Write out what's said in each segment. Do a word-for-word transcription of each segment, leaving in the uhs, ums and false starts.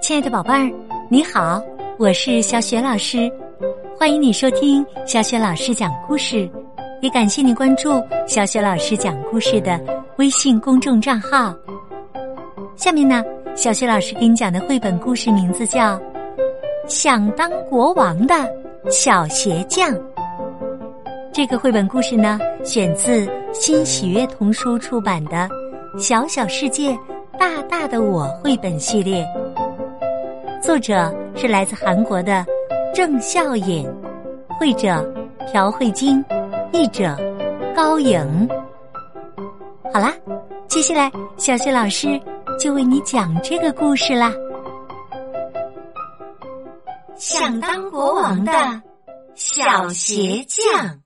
亲爱的宝贝儿，你好，我是小雪老师，欢迎你收听小雪老师讲故事，也感谢你关注小雪老师讲故事的微信公众账号。下面呢，小雪老师给你讲的绘本故事名字叫《想当国王的小鞋匠》。这个绘本故事呢，选自新喜悦童书出版的《小小世界大大的我》绘本系列，作者是来自韩国的郑孝隐，绘者朴慧晶，译者高颖。好啦，接下来小雪老师就为你讲这个故事啦。想当国王的小鞋匠。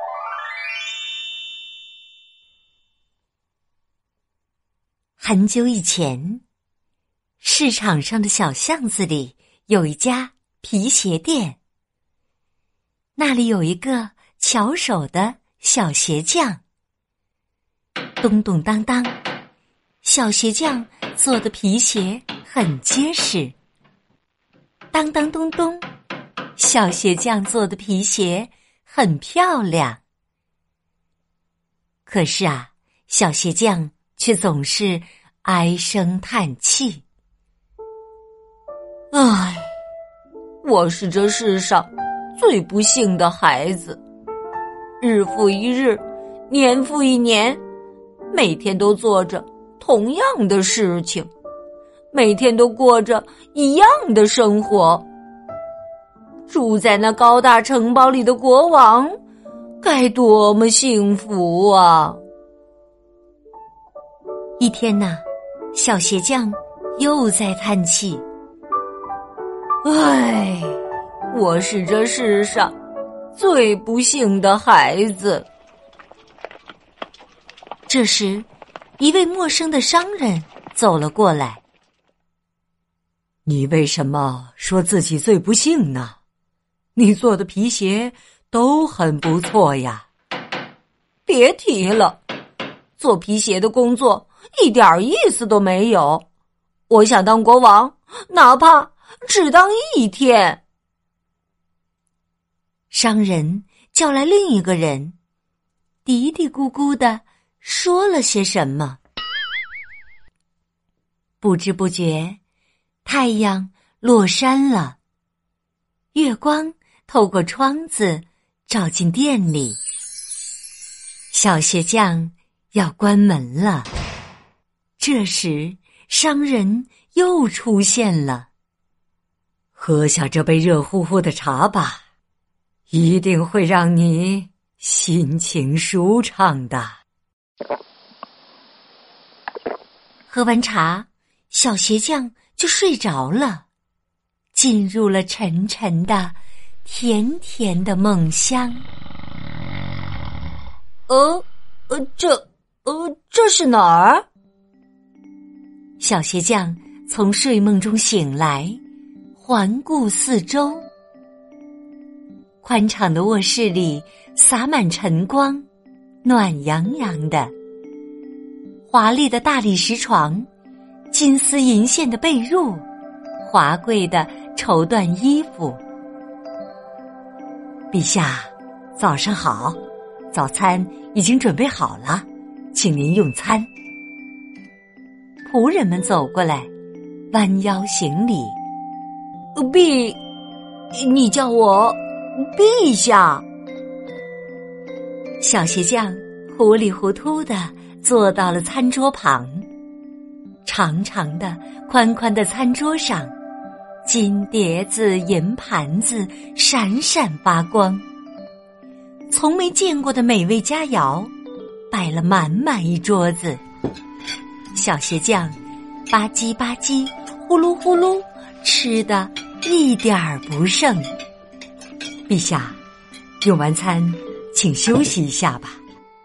很久以前，市场上的小巷子里有一家皮鞋店，那里有一个巧手的小鞋匠。咚咚当当，小鞋匠做的皮鞋很结实。当当咚咚，小鞋匠做的皮鞋很漂亮。可是啊，小鞋匠却总是唉声叹气。唉，我是这世上最不幸的孩子，日复一日，年复一年，每天都做着同样的事情，每天都过着一样的生活。住在那高大城堡里的国王，该多么幸福啊！一天呐，小鞋匠又在叹气。唉，我是这世上最不幸的孩子。这时，一位陌生的商人走了过来。你为什么说自己最不幸呢？你做的皮鞋都很不错呀。别提了，做皮鞋的工作一点意思都没有。我想当国王，哪怕只当一天。商人叫来另一个人，嘀嘀咕咕地说了些什么。不知不觉，太阳落山了，月光透过窗子照进店里。小鞋匠要关门了。这时，商人又出现了。喝下这杯热乎乎的茶吧，一定会让你心情舒畅的。喝完茶，小鞋匠就睡着了，进入了沉沉的、甜甜的梦乡。呃，呃，这，呃，这是哪儿？小鞋匠从睡梦中醒来，环顾四周。宽敞的卧室里洒满晨光，暖洋洋的。华丽的大理石床，金丝银线的被褥，华贵的绸缎衣服。陛下，早上好，早餐已经准备好了，请您用餐。仆人们走过来，弯腰行礼。陛，你叫我陛下。小鞋匠糊里糊涂地坐到了餐桌旁。长长的、宽宽的餐桌上，金碟子、银盘子闪闪发光。从没见过的美味佳肴摆了满满一桌子。小鞋匠吧唧吧唧，呼噜呼噜，吃的一点儿不剩。陛下，用完餐请休息一下吧。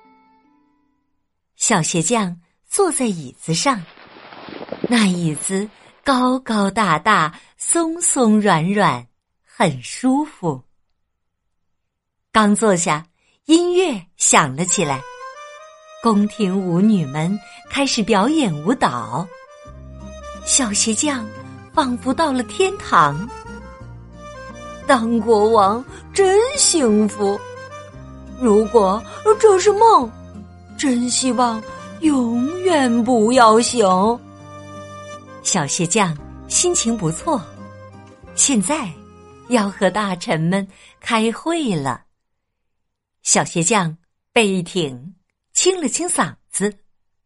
小鞋匠坐在椅子上，那椅子高高大大，松松软软，很舒服。刚坐下，音乐响了起来，宫廷舞女们开始表演舞蹈。小鞋匠仿佛到了天堂。当国王真幸福，如果这是梦，真希望永远不要醒。小鞋匠心情不错，现在要和大臣们开会了。小鞋匠背一挺，清了清嗓子，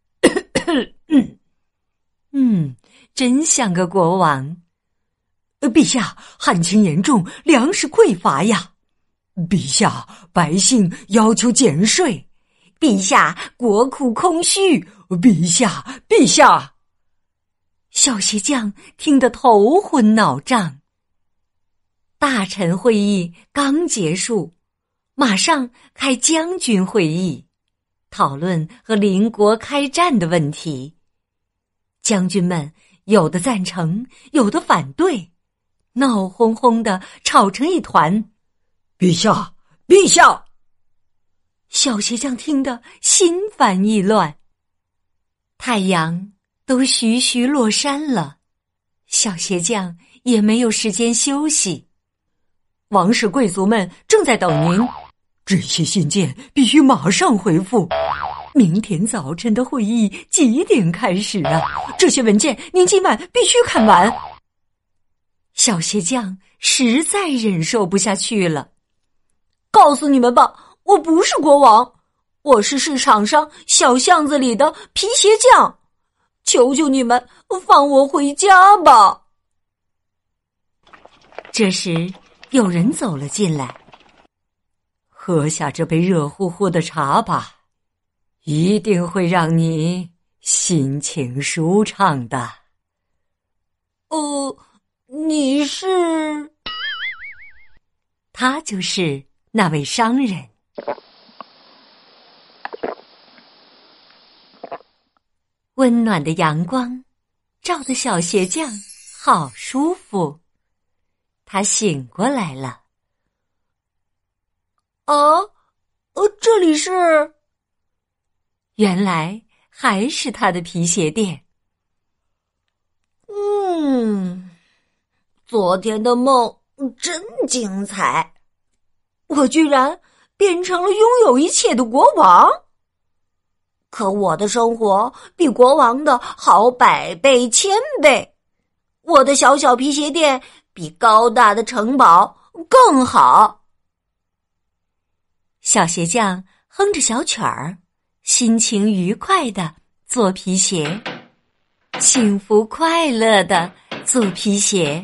嗯，真像个国王。陛下，旱情严重，粮食匮乏呀。陛下，百姓要求减税。陛下，国库空虚。陛下，陛下。小鞋匠听得头昏脑胀。大臣会议刚结束，马上开将军会议，讨论和邻国开战的问题。将军们有的赞成，有的反对，闹哄哄的吵成一团。陛下，陛下！小鞋匠听得心烦意乱。太阳都徐徐落山了，小鞋匠也没有时间休息。王室贵族们正在等您，这些信件必须马上回复。明天早晨的会议几点开始啊？这些文件您今晚必须看完。小鞋匠实在忍受不下去了。告诉你们吧，我不是国王，我是市场上小巷子里的皮鞋匠，求求你们放我回家吧。这时有人走了进来。喝下这杯热乎乎的茶吧，一定会让你心情舒畅的。呃，你是？他就是那位商人。温暖的阳光照得小鞋匠好舒服，他醒过来了。啊，呃，这里是？原来还是他的皮鞋店。嗯，昨天的梦真精彩，我居然变成了拥有一切的国王。可我的生活比国王的好百倍千倍，我的小小皮鞋店比高大的城堡更好。小鞋匠哼着小曲儿，心情愉快地做皮鞋，幸福快乐地做皮鞋。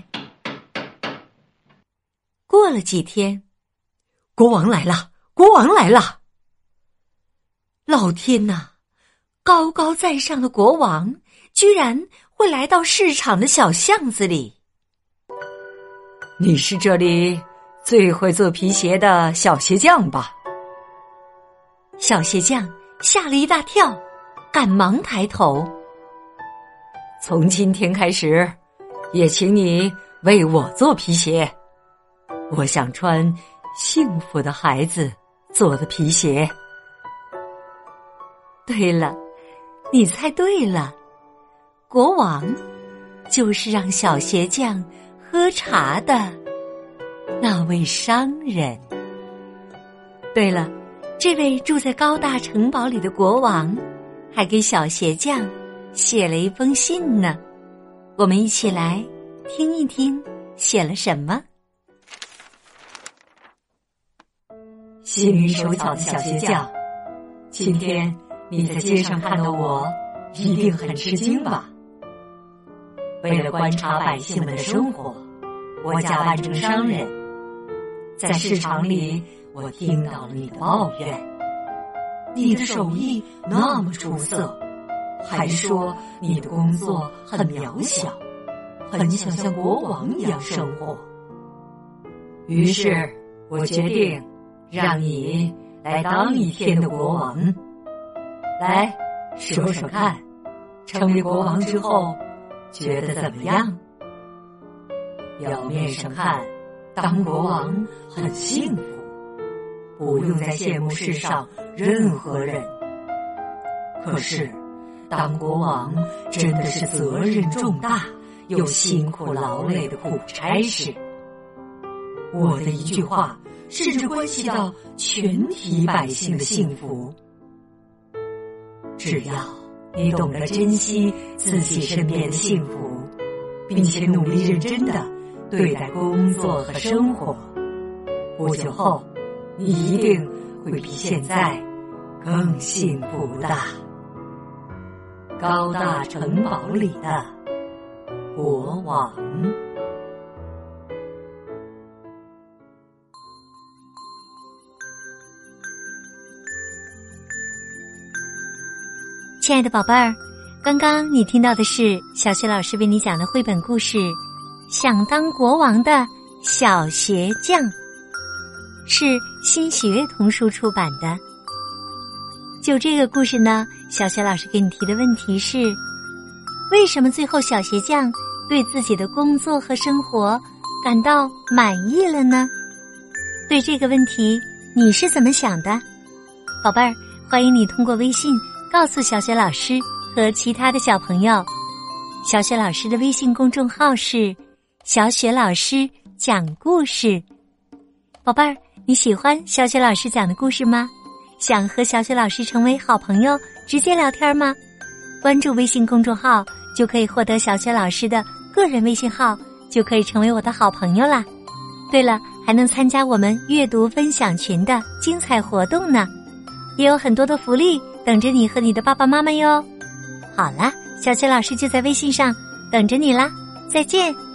过了几天，国王来了，国王来了！老天哪，高高在上的国王居然会来到市场的小巷子里。你是这里最会做皮鞋的小鞋匠吧？小鞋匠吓了一大跳，赶忙抬头。从今天开始，也请你为我做皮鞋。我想穿幸福的孩子做的皮鞋。对了，你猜对了，国王就是让小鞋匠喝茶的那位商人。对了，这位住在高大城堡里的国王还给小鞋匠写了一封信呢。我们一起来听一听写了什么。心灵手巧的小鞋匠，今天你在街上看到我，一定很吃惊吧？为了观察百姓们的生活，我假扮成商人，在市场里我听到了你的抱怨，你的手艺那么出色，还说你的工作很渺小，很想像国王一样生活。于是我决定让你来当一天的国王。来，说说看，成为国王之后觉得怎么样？表面上看，当国王很幸福，不用再羡慕世上任何人。可是当国王真的是责任重大， 又辛苦劳累的苦差事。我的一句话甚至关系到全体百姓的幸福。只要你懂得珍惜自己身边的幸福，并且努力认真地对待工作和生活，不久后你一定会比现在更幸福的。高大城堡里的国王。 亲爱的宝贝儿，刚刚你听到的是小雪老师为你讲的绘本故事《想当国王的小鞋匠》，是新喜悦童书出版的。就这个故事呢，小雪老师给你提的问题是：为什么最后小鞋匠对自己的工作和生活感到满意了呢？对这个问题你是怎么想的？宝贝儿，欢迎你通过微信告诉小雪老师和其他的小朋友。小雪老师的微信公众号是小雪老师讲故事。宝贝儿，你喜欢小雪老师讲的故事吗？想和小雪老师成为好朋友，直接聊天吗？关注微信公众号就可以获得小雪老师的个人微信号，就可以成为我的好朋友啦。对了，还能参加我们阅读分享群的精彩活动呢，也有很多的福利等着你和你的爸爸妈妈哟。好啦，小雪老师就在微信上等着你啦，再见。